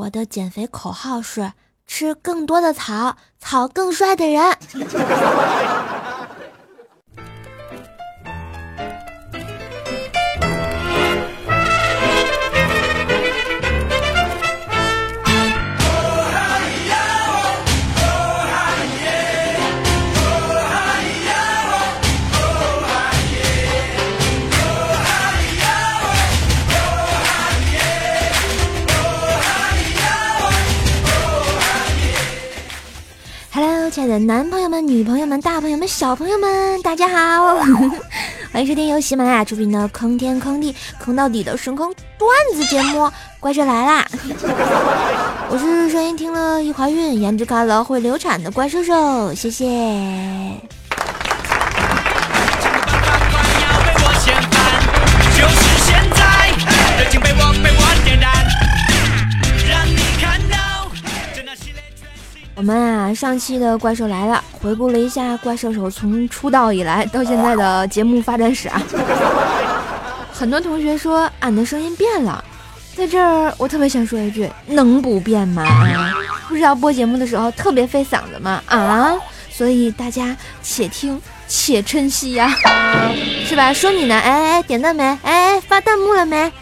我的减肥口号是吃更多的草，草更帅的人。亲爱的男朋友们、女朋友们、大朋友们、小朋友们，大家好！欢迎收听由喜马拉雅出品的坑天坑地坑到底的深坑段子节目《怪兽来啦》。我是声音听了一怀孕，颜值看了会流产的怪兽兽，谢谢。我们啊，上期的怪兽来了，回顾了一下怪兽手从出道以来到现在的节目发展史啊。很多同学说俺的声音变了，在这儿我特别想说一句，能不变吗？不知道播节目的时候特别费嗓子吗？所以大家且听且珍惜呀，是吧？说你呢，哎，点赞没？哎，发弹幕了没？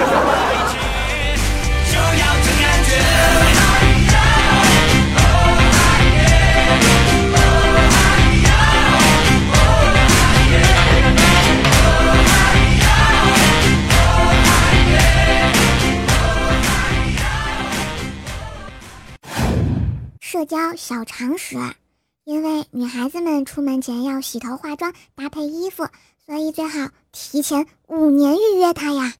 社交小常识，因为女孩子们出门前要洗头化妆搭配衣服，所以最好提前5年预约她呀。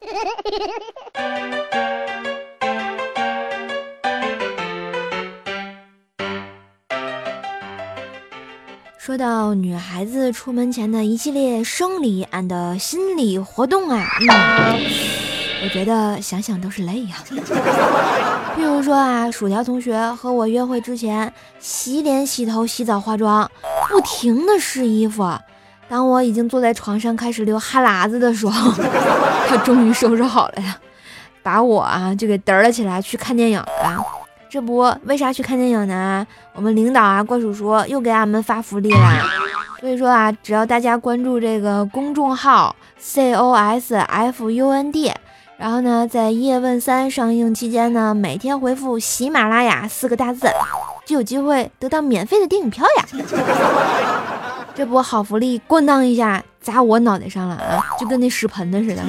说到女孩子出门前的一系列生理&心理活动啊，我觉得想想都是累呀。比如说啊，薯条同学和我约会之前洗脸洗头洗澡化妆，不停的试衣服。当我已经坐在床上开始流哈喇子的时候，他终于收拾好了呀，把我啊就给嘚了起来去看电影了。这不为啥去看电影呢？我们领导啊怪叔叔又给俺们发福利了。所以说啊，只要大家关注这个公众号 COSFUND，然后呢，在叶问3上映期间呢，每天回复喜马拉雅4个大字，就有机会得到免费的电影票呀。这波好福利咣当一下砸我脑袋上了啊，就跟那屎盆子似的。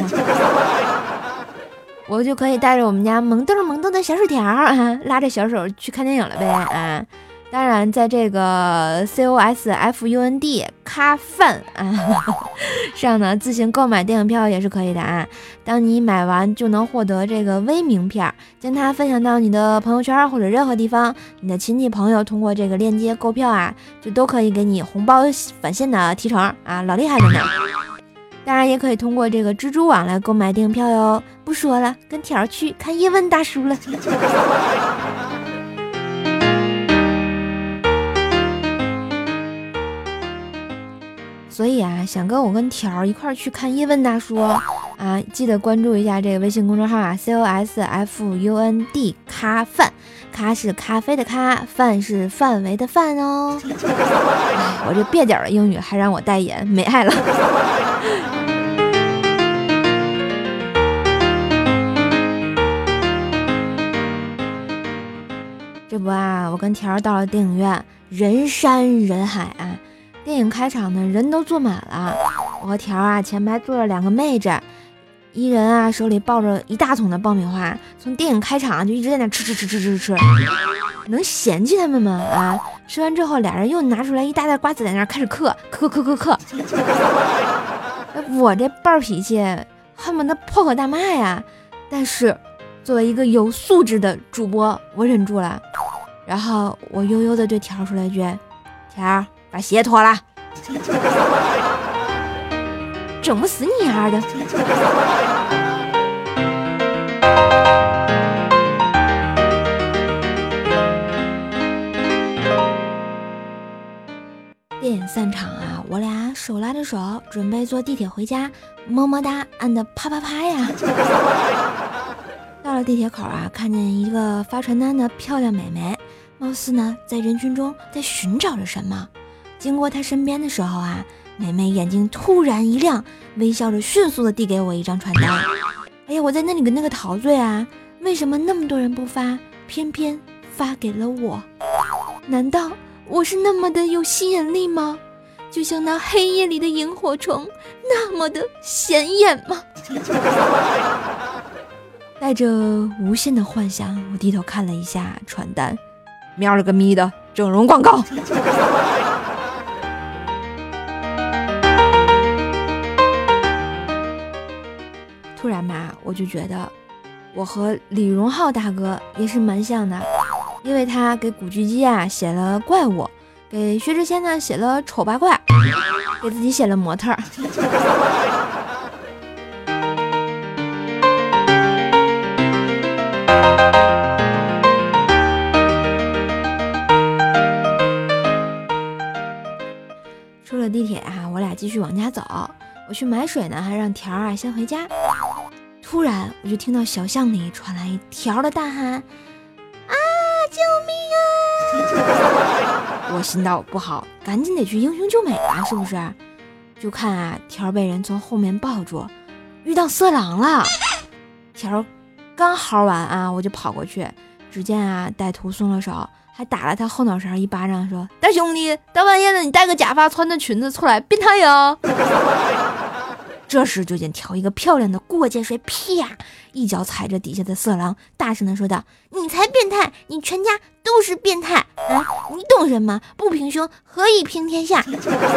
我就可以带着我们家萌豆萌豆的小薯条拉着小手去看电影了呗啊！当然，在这个 COSFUND 咖饭上呢，自行购买电影票也是可以的啊。当你买完就能获得这个微名片，将它分享到你的朋友圈或者任何地方，你的亲戚朋友通过这个链接购票啊，就都可以给你红包返现的提成啊，老厉害了呢。当然也可以通过这个蜘蛛网来购买电影票哟。不说了，跟条去看叶问大叔了。所以啊，想跟我跟条一块儿去看叶问大叔啊，记得关注一下这个微信公众号啊 ，COSFUND 咖饭，咖是咖啡的咖，饭是范围的饭哦。我这蹩脚的英语还让我代言，没爱了。这不啊，我跟条到了电影院，人山人海啊。电影开场呢，人都坐满了。我和条啊，前排坐着2个妹子，一人啊手里抱着一大桶的爆米花，从电影开场就一直在那吃，能嫌弃他们吗？啊！吃完之后，俩人又拿出来一大袋瓜子在那开始嗑。我这暴脾气，恨不得破口大骂呀！但是作为一个有素质的主播，我忍住了。然后我悠悠的对条说了一句：“条，把鞋脱了。”整不死你丫的！电影散场啊，我俩手拉着手，准备坐地铁回家，么么哒，按的啪啪啪呀！ 到了地铁口啊，看见一个发传单的漂亮美眉，貌似呢在人群中在寻找着什么。经过她身边的时候啊，美眉眼睛突然一亮，微笑着迅速的递给我一张传单。哎呀，我在那里跟那个陶醉啊，为什么那么多人不发，偏偏发给了我？难道我是那么的有吸引力吗？就像那黑夜里的萤火虫，那么的显眼吗？带着无限的幻想，我低头看了一下传单，喵了个咪的整容广告。突然吧，我就觉得我和李荣浩大哥也是蛮像的，因为他给古巨基啊写了怪物，给薛之谦呢写了丑八怪，给自己写了模特。出了地铁啊，我俩继续往家走。我去买水呢，还让条啊先回家。突然我就听到小巷里传来条的大喊：啊，救命啊！我心道不好，赶紧得去英雄救美啊，是不是？就看啊，条被人从后面抱住，遇到色狼了。条刚嚎完啊，我就跑过去，只见啊歹徒松了手，还打了他后脑勺一巴掌，说：大兄弟，大半夜的你带个假发穿的裙子出来，变态呀！这时就见条一个漂亮的过肩摔，啪一脚踩着底下的色狼，大声的说道：你才变态，你全家都是变态啊！你懂什么？不平胸何以平天下？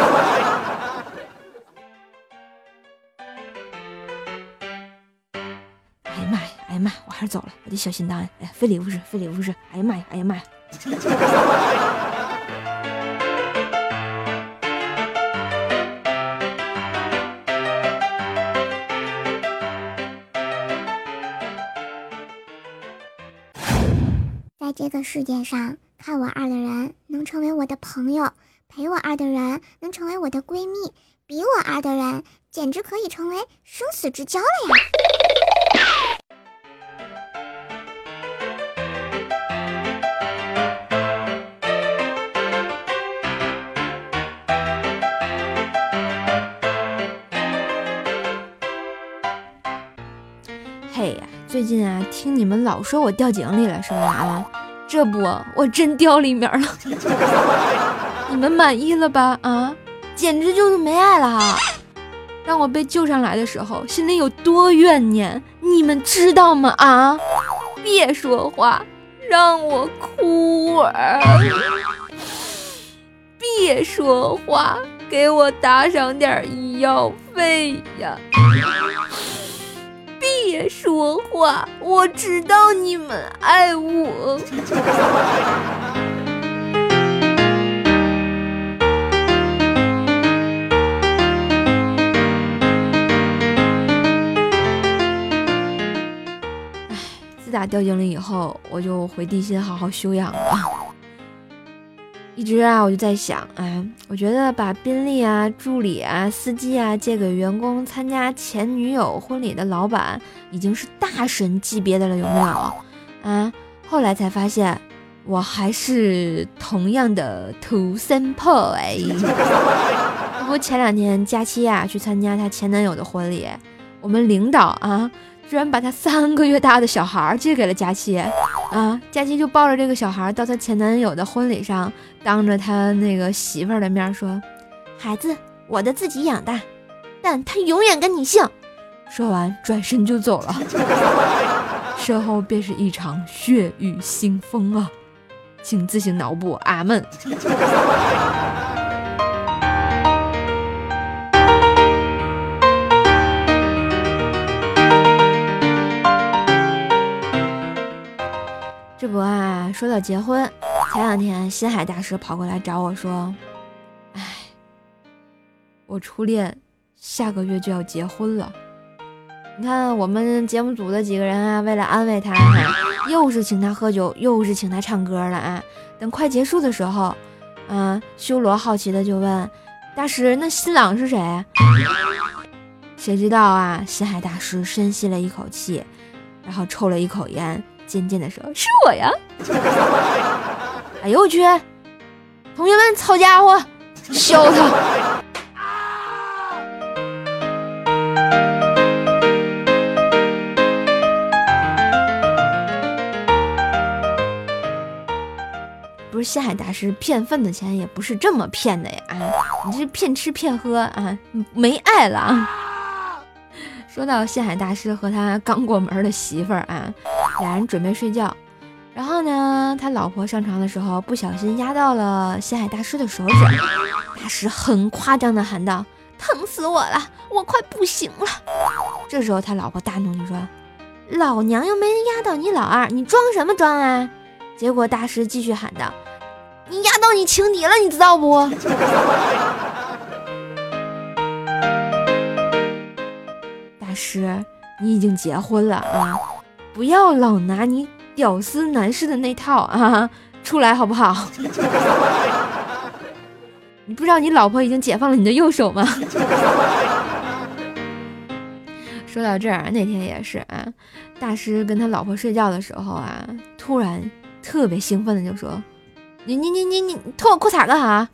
哎呀妈呀，哎呀妈呀，我还是走了，我得小心脏，哎，非礼勿视，非礼勿视！哎呀妈呀，哎呀妈呀！ 在这个世界上，看我二的人能成为我的朋友，陪我二的人能成为我的闺蜜，比我二的人简直可以成为生死之交了呀！ 嘿呀，最近啊，听你们老说我掉井里了，是吧？啊，这不，我真掉里面了。你们满意了吧？啊，简直就是没爱了哈！让我被救上来的时候，心里有多怨念，你们知道吗？啊，别说话，让我哭儿。别说话，给我打上点医药费呀！别说话，我知道你们爱我。自打掉井里以后，我就回地心好好休养了。一直啊，我就在想，我觉得把宾利啊、助理啊、司机啊借给员工参加前女友婚礼的老板，已经是大神级别的了，有没有？啊，后来才发现，我还是同样的土三炮哎。不过前2天佳期啊去参加她前男友的婚礼，我们领导啊居然把他3个月大的小孩借给了佳期啊，佳期就抱着这个小孩到她前男友的婚礼上，当着他那个媳妇儿的面说：孩子我的自己养大，但他永远跟你姓。说完转身就走了。身后便是一场血雨腥风啊，请自行脑补，阿们。这不啊，说到结婚，前2天新海大师跑过来找我说：我初恋下个月就要结婚了。你看我们节目组的几个人啊，为了安慰他，又是请他喝酒，又是请他唱歌了啊。等快结束的时候，修罗好奇的就问大师：那新郎是谁？谁知道啊，新海大师深吸了一口气， 然后抽了一口烟，渐渐地说：“是我呀！”哎呦我去！同学们，抄家伙，削他！不是星海大师骗份子钱，也不是这么骗的呀！啊，你这是骗吃骗喝啊，没爱了啊！说到星海大师和他刚过门的媳妇儿啊，俩人准备睡觉，然后呢，他老婆上床的时候不小心压到了星海大师的手指，大师很夸张的喊道：“疼死我了，我快不行了！”这时候他老婆大怒就说：“老娘又没压到你老二，你装什么装啊？”结果大师继续喊道：“你压到你情敌了，你知道不？”大师，你已经结婚了啊，不要老拿你屌丝男士的那套啊出来好不好？你不知道你老婆已经解放了你的右手吗？说到这儿，那天也是啊，大师跟他老婆睡觉的时候啊，突然特别兴奋的就说：“你脱我裤衩干啥？”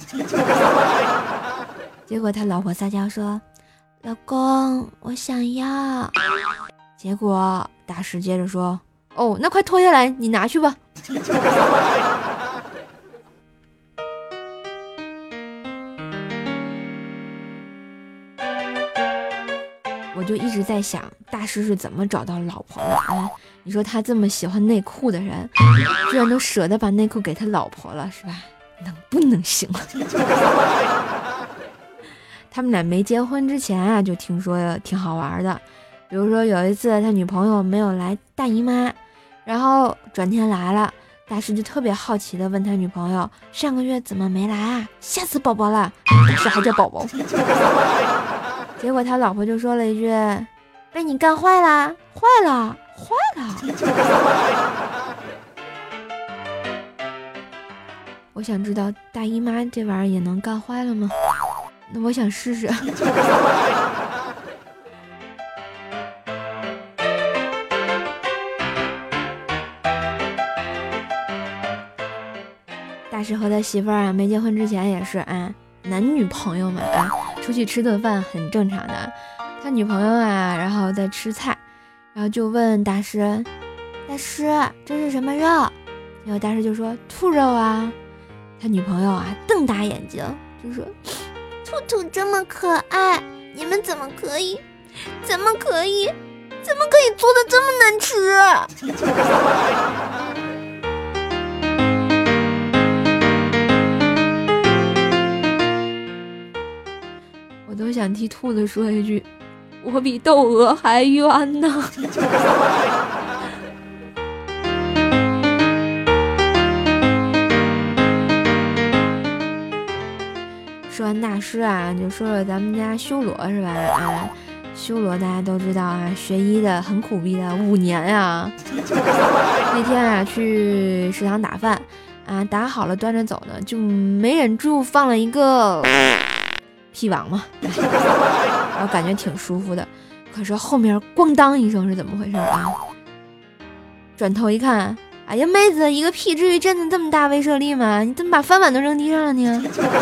结果他老婆撒娇说：“老公，我想要。”结果大师接着说：“哦，那快脱下来，你拿去吧。”我就一直在想，大师是怎么找到老婆的啊？你说他这么喜欢内裤的人，居然都舍得把内裤给他老婆了，是吧？能不能行？他们俩没结婚之前啊，就听说挺好玩的。比如说有一次他女朋友没有来大姨妈，然后转天来了，大师就特别好奇的问他女朋友：“上个月怎么没来啊？吓死宝宝了！”大师还叫宝宝。结果他老婆就说了一句：“被你干坏了，坏了，坏了。”我想知道大姨妈这玩意儿也能干坏了吗？那我想试试。大师和他媳妇儿啊，没结婚之前也是啊，男女朋友嘛啊，出去吃顿饭很正常的。他女朋友啊，然后在吃菜，然后就问大师：“大师，这是什么肉？”然后大师就说：“兔肉啊。”他女朋友啊，瞪大眼睛就说：“兔兔这么可爱，你们怎么可以做的这么难吃？”我都想替兔子说一句：“我比窦娥还冤呢。”说完大师啊，就说说咱们家修罗是吧？啊，修罗大家都知道啊，学医的很苦逼的，5年呀。那天啊，去食堂打饭啊，打好了端着走呢，就没忍住放了一个屁王嘛，然后感觉挺舒服的。可是后面咣当一声是怎么回事啊？转头一看，哎呀妹子，一个屁至于真的这么大威慑力吗？你怎么把饭碗都扔地上了呢？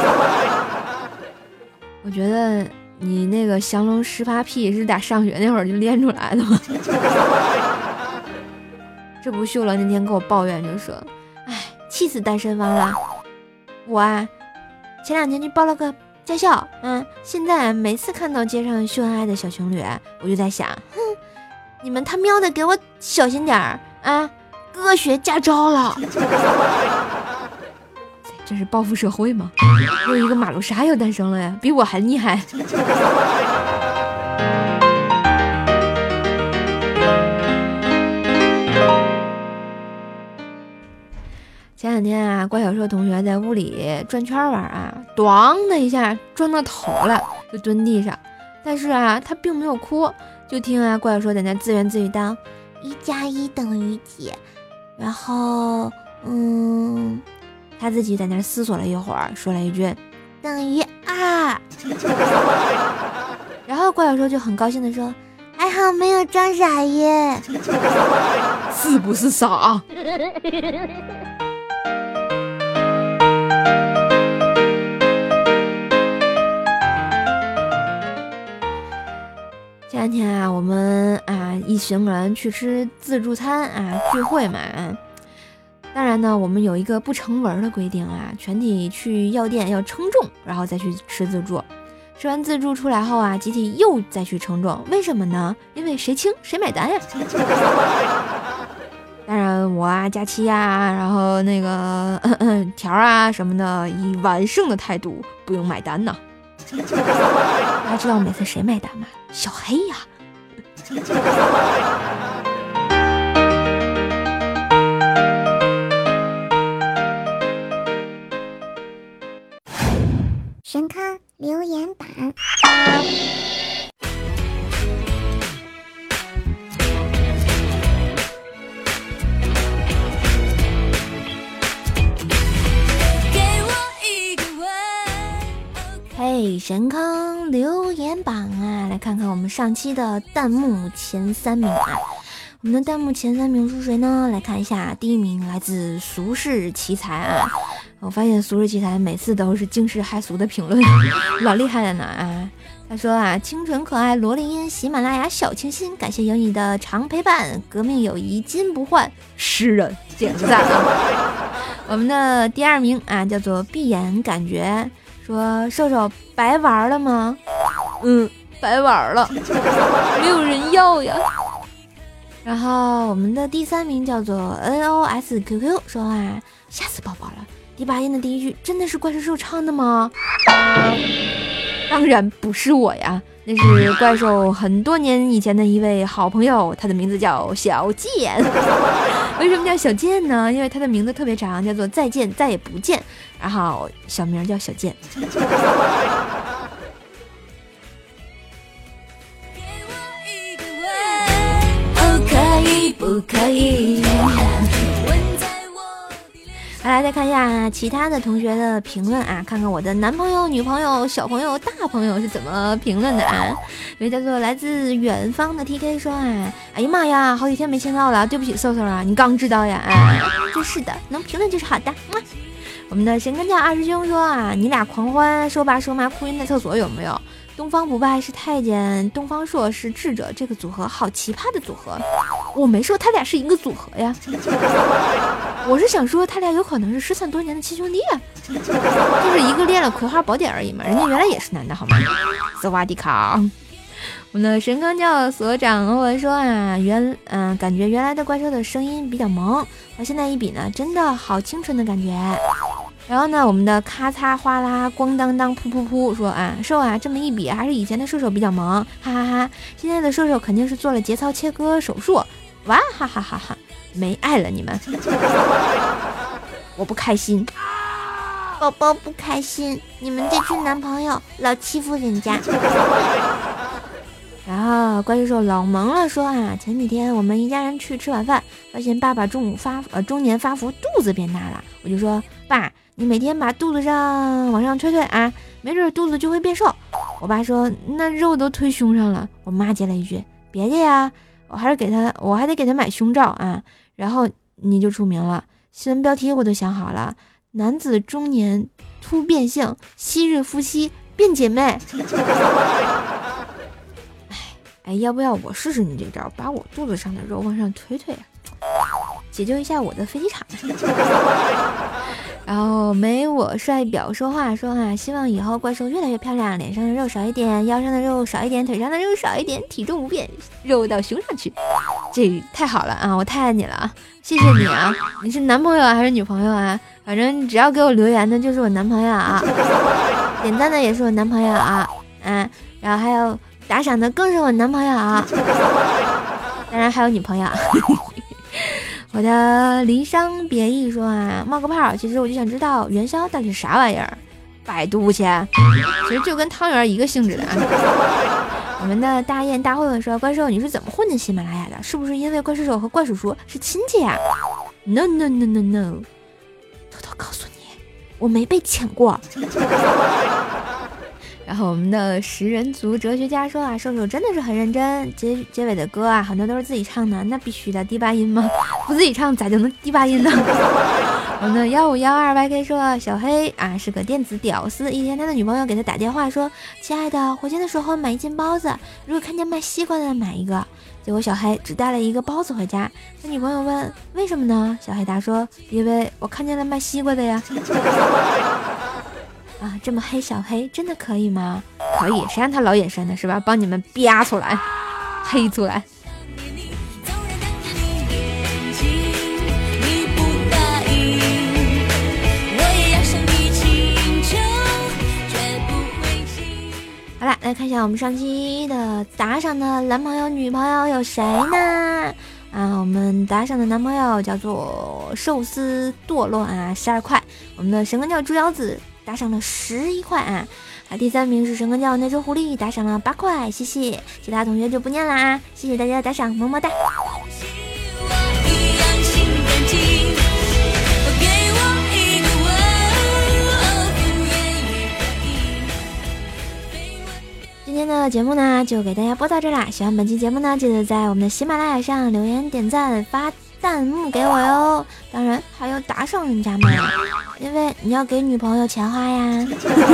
我觉得你那个降龙18屁是打上学那会儿就练出来的吗？这不秀了那天跟我抱怨就说：“哎，气死单身汪了！我啊，前2天去报了个驾校，现在每次看到街上秀恩爱的小情侣，我就在想，你们他喵的给我小心点儿啊！哥学驾照了。”这是报复社会吗？又一个马路杀又诞生了呀，比我还厉害。前2天啊，怪小兽同学在屋里转圈玩啊，咣的一下撞到头了，就蹲地上。但是啊，他并没有哭，就听啊怪小兽在那自言自语道：“1+1等于几？”然后他自己在那思索了一会儿，说了一句：“等于2。”然后怪小兽就很高兴的说：“ 还好没有装傻耶， 是不是傻？前两天啊，我们一群人去吃自助餐聚会嘛当然呢，我们有一个不成文的规定全体去药店要称重，然后再去吃自助。吃完自助出来后集体又再去称重，为什么呢？因为谁轻谁买单呀。当然我佳期然后那个条什么的，以完胜的态度不用买单呢。大家知道每次谁买单吗？小黑呀。 神康留言板。 嘿，神康留言榜来看看我们上期的弹幕前3名我们的弹幕前3名是谁呢？来看一下，第1名来自俗世奇才我发现俗世奇才每次都是惊世骇俗的评论，老厉害了呢他说清纯可爱萝莉音，喜马拉雅小清新，感谢有你的常陪伴，革命友谊金不换，诗人点个赞我们的第2名叫做闭眼感觉，说瘦瘦白玩了吗？白玩了，没有人要呀。然后我们的第3名叫做 NOSQQ， 说吓死宝宝了，第8音的第1句真的是怪兽兽唱的吗？当然不是我呀，那是怪兽很多年以前的一位好朋友，他的名字叫小健。为什么叫小健呢？因为他的名字特别长，叫做再见再也不见，然后小名叫小健。可以不可以？好来再看一下其他的同学的评论看看我的男朋友、女朋友、小朋友、大朋友是怎么评论的有叫做来自远方的 TK 说哎呀妈呀，好几天没见到了，对不起瘦瘦你刚知道呀真是的，能评论就是好的。我们的神跟教二师兄说你俩狂欢，说爸说妈哭晕在厕所有没有？东方不败是太监，东方朔是智者，这个组合好奇葩的组合。我没说他俩是一个组合呀，我是想说他俩有可能是失散多年的亲兄弟就是一个练了葵花宝典而已嘛，人家原来也是男的好吗？斯瓦迪卡。我们的神坑教所长欧文说感觉原来的怪兽的声音比较萌，和现在一比呢，真的好清纯的感觉。然后呢，我们的咔嚓哗啦咣当当噗噗噗说瘦这么一比，还是以前的射手比较萌，哈哈哈。现在的射手肯定是做了节操切割手术，哇哈哈哈哈，没爱了你们，我不开心， 宝宝不开心，你们这群男朋友老欺负人家。 然后怪兽兽老萌了说前几天我们一家人去吃晚饭，发现爸爸中年发福，肚子变大了，我就说爸，你每天把肚子上往上推没准肚子就会变瘦。我爸说那肉都推胸上了。我妈接了一句别介呀，我还得给他买胸罩然后你就出名了，新闻标题我都想好了，男子中年突变性，昔日夫妻变姐妹。要不要我试试你这招，把我肚子上的肉往上推解救一下我的飞机场。然后没我帅表说话说希望以后怪兽越来越漂亮，脸上的肉少一点，腰上的肉少一点，腿上的肉少一点，体重不变，肉到胸上去。这太好了我太爱你了谢谢你你是男朋友还是女朋友反正只要给我留言的就是我男朋友点赞的也是我男朋友然后还有打赏的更是我男朋友当然还有女朋友我的离殇别意说冒个泡，其实我就想知道元宵到底是啥玩意儿，百度去，其实就跟汤圆一个性质的我们的大雁大慧文说怪兽你是怎么混进喜马拉雅的，是不是因为怪兽手和怪叔叔是亲戚No no no no no， 偷偷告诉你我没被请过然后我们的食人族哲学家说啊，瘦瘦真的是很认真，结尾的歌啊很多都是自己唱的，那必须的，低八音吗？不自己唱咋就能低八音呢？我们的1512YK 说，小黑啊是个电子屌丝，一天他的女朋友给他打电话说，亲爱的，回家的时候买一斤包子，如果看见卖西瓜的买一个。结果小黑只带了一个包子回家，他女朋友问为什么呢？小黑答说，因为我看见了卖西瓜的呀。啊，这么黑小黑真的可以吗？可以，谁让他老眼神的是吧？帮你们啪出来，黑出来。好了，来看一下我们上期的打赏的男朋友、女朋友有谁呢？啊，我们打赏的男朋友叫做寿司堕落啊，12块。我们的神根教猪腰子打赏了11块啊。第3名是神根教那只狐狸打赏了8块，谢谢。其他同学就不念了啊，谢谢大家的打赏，么么哒。今天的节目呢就给大家播到这啦，喜欢本期节目呢记得在我们的喜马拉雅上留言点赞发弹幕给我哟，当然还要打赏人家嘛，因为你要给女朋友钱花呀。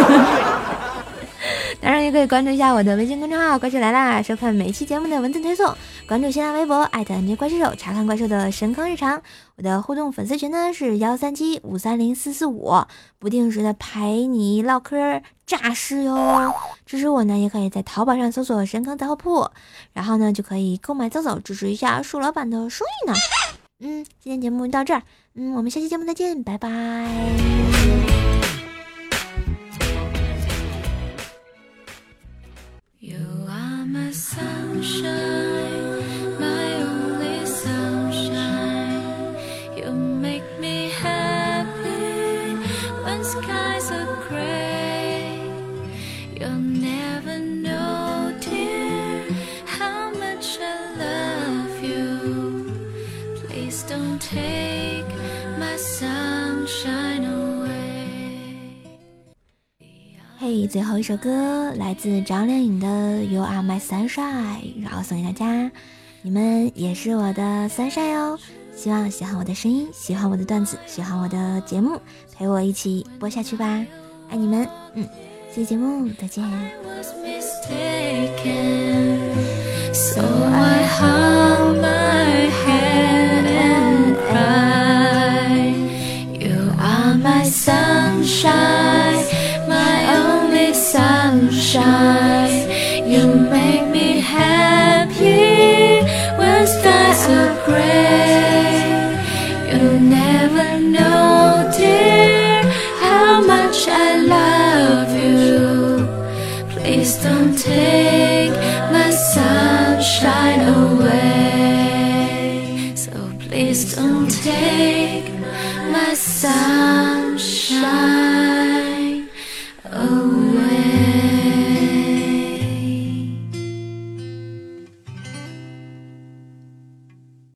当然也可以关注一下我的微信公众号怪兽来啦，收看每一期节目的文字推送，关注新浪微博@NJ怪兽手查看怪兽的神坑日常。我的互动粉丝群呢是137530445，不定时的陪你唠嗑诈尸哟。支持我呢也可以在淘宝上搜索神坑杂货铺，然后呢就可以购买走支持一下树老板的生意呢。今天节目到这儿，我们下期节目再见，拜拜。My sunshine, my only sunshine. You make me happy when skies are gray. You'll never know, dear, how much I love you. Please don't take my sunshine away. 嘿，最后一首歌来自张靓颖的 You Are My Sunshine， 然后送给大家，你们也是我的 sunshine 哦。希望喜欢我的声音，喜欢我的段子，喜欢我的节目，陪我一起播下去吧，爱你们，下期节目再见。So I hung my head and cried. You are my sunshine.My only sunshine, you make me happy when skies are gray. You never know, dear, how much I love you. Please don't take my sunshine away. So please don't take my sunshine